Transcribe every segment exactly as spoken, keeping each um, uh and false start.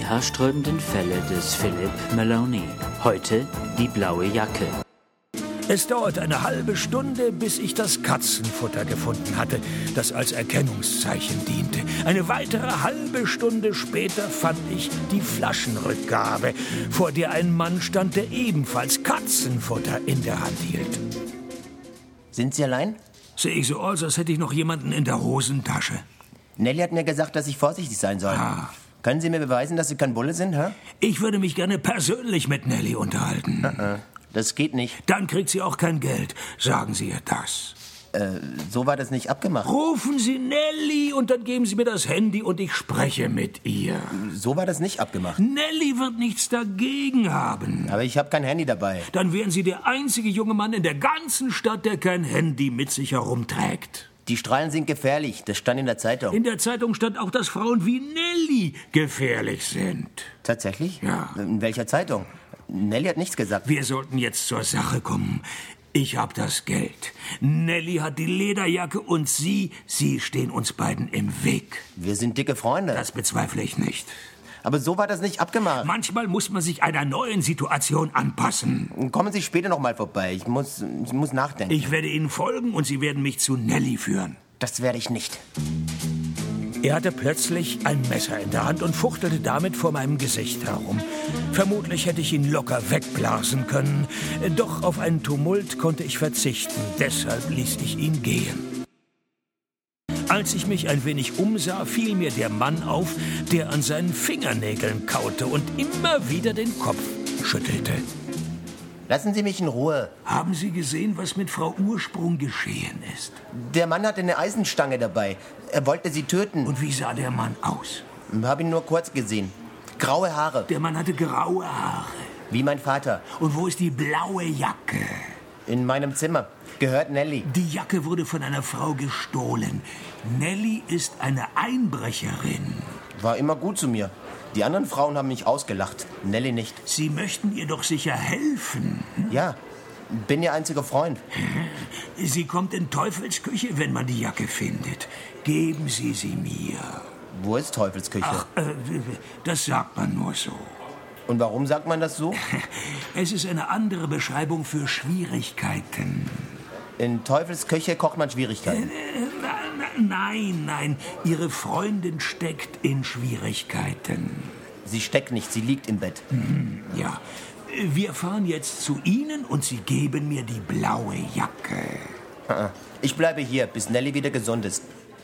haarsträubenden Fälle des Philip Maloney. Heute die blaue Jacke. Es dauerte eine halbe Stunde, bis ich das Katzenfutter gefunden hatte, das als Erkennungszeichen diente. Eine weitere halbe Stunde später fand ich die Flaschenrückgabe, vor der ein Mann stand, der ebenfalls Katzenfutter in der Hand hielt. Sind Sie allein? Sehe ich so aus, als hätte ich noch jemanden in der Hosentasche. Nelly hat mir gesagt, dass ich vorsichtig sein soll. Ah. Können Sie mir beweisen, dass Sie kein Bulle sind, hä? Ich würde mich gerne persönlich mit Nelly unterhalten. Uh-uh. Das geht nicht. Dann kriegt sie auch kein Geld. Sagen Sie ihr das. Äh, so war das nicht abgemacht. Rufen Sie Nelly und dann geben Sie mir das Handy und ich spreche mit ihr. So war das nicht abgemacht. Nelly wird nichts dagegen haben. Aber ich habe kein Handy dabei. Dann wären Sie der einzige junge Mann in der ganzen Stadt, der kein Handy mit sich herumträgt. Die Strahlen sind gefährlich. Das stand in der Zeitung. In der Zeitung stand auch, dass Frauen wie Nelly gefährlich sind. Tatsächlich? Ja. In welcher Zeitung? Nelly hat nichts gesagt. Wir sollten jetzt zur Sache kommen. Ich hab das Geld. Nelly hat die Lederjacke und Sie, Sie stehen uns beiden im Weg. Wir sind dicke Freunde. Das bezweifle ich nicht. Aber so war das nicht abgemacht. Manchmal muss man sich einer neuen Situation anpassen. Kommen Sie später noch mal vorbei. Ich muss, ich muss nachdenken. Ich werde Ihnen folgen und Sie werden mich zu Nelly führen. Das werde ich nicht. Er hatte plötzlich ein Messer in der Hand und fuchtelte damit vor meinem Gesicht herum. Vermutlich hätte ich ihn locker wegblasen können. Doch auf einen Tumult konnte ich verzichten. Deshalb ließ ich ihn gehen. Als ich mich ein wenig umsah, fiel mir der Mann auf, der an seinen Fingernägeln kaute und immer wieder den Kopf schüttelte. Lassen Sie mich in Ruhe. Haben Sie gesehen, was mit Frau Ursprung geschehen ist? Der Mann hatte eine Eisenstange dabei. Er wollte sie töten. Und wie sah der Mann aus? Ich habe ihn nur kurz gesehen. Graue Haare. Der Mann hatte graue Haare. Wie mein Vater. Und wo ist die blaue Jacke? In meinem Zimmer. Gehört Nelly. Die Jacke wurde von einer Frau gestohlen. Nelly ist eine Einbrecherin. War immer gut zu mir. Die anderen Frauen haben mich ausgelacht. Nelly nicht. Sie möchten ihr doch sicher helfen. Ja, bin Ihr einziger Freund. Sie kommt in Teufelsküche, wenn man die Jacke findet. Geben Sie sie mir. Wo ist Teufelsküche? Ach, äh, das sagt man nur so. Und warum sagt man das so? Es ist eine andere Beschreibung für Schwierigkeiten. In Teufelsküche kocht man Schwierigkeiten. Äh, na, na, nein, nein. Ihre Freundin steckt in Schwierigkeiten. Sie steckt nicht, sie liegt im Bett. Mhm, ja. Wir fahren jetzt zu Ihnen und Sie geben mir die blaue Jacke. Ich bleibe hier, bis Nelly wieder gesund ist.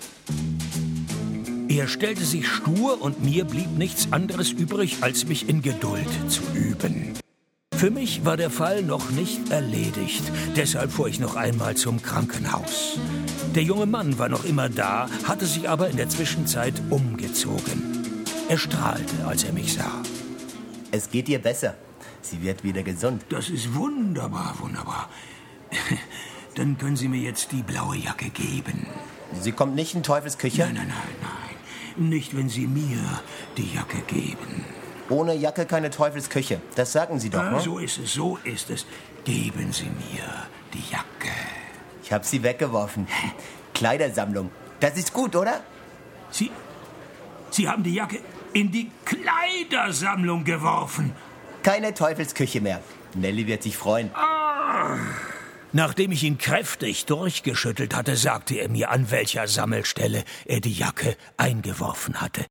Er stellte sich stur und mir blieb nichts anderes übrig, als mich in Geduld zu üben. Für mich war der Fall noch nicht erledigt, deshalb fuhr ich noch einmal zum Krankenhaus. Der junge Mann war noch immer da, hatte sich aber in der Zwischenzeit umgezogen. Er strahlte, als er mich sah. Es geht ihr besser. Sie wird wieder gesund. Das ist wunderbar, wunderbar. Dann können Sie mir jetzt die blaue Jacke geben. Sie kommt nicht in Teufelsküche? Nein, nein, nein, nein. Nicht, wenn Sie mir die Jacke geben. Ohne Jacke keine Teufelsküche. Das sagen Sie doch, ja, ne? So ist es, so ist es. Geben Sie mir die Jacke. Ich habe sie weggeworfen. Kleidersammlung. Das ist gut, oder? Sie, Sie haben die Jacke in die Kleidersammlung geworfen. Keine Teufelsküche mehr. Nelly wird sich freuen. Ah. Nachdem ich ihn kräftig durchgeschüttelt hatte, sagte er mir, an welcher Sammelstelle er die Jacke eingeworfen hatte.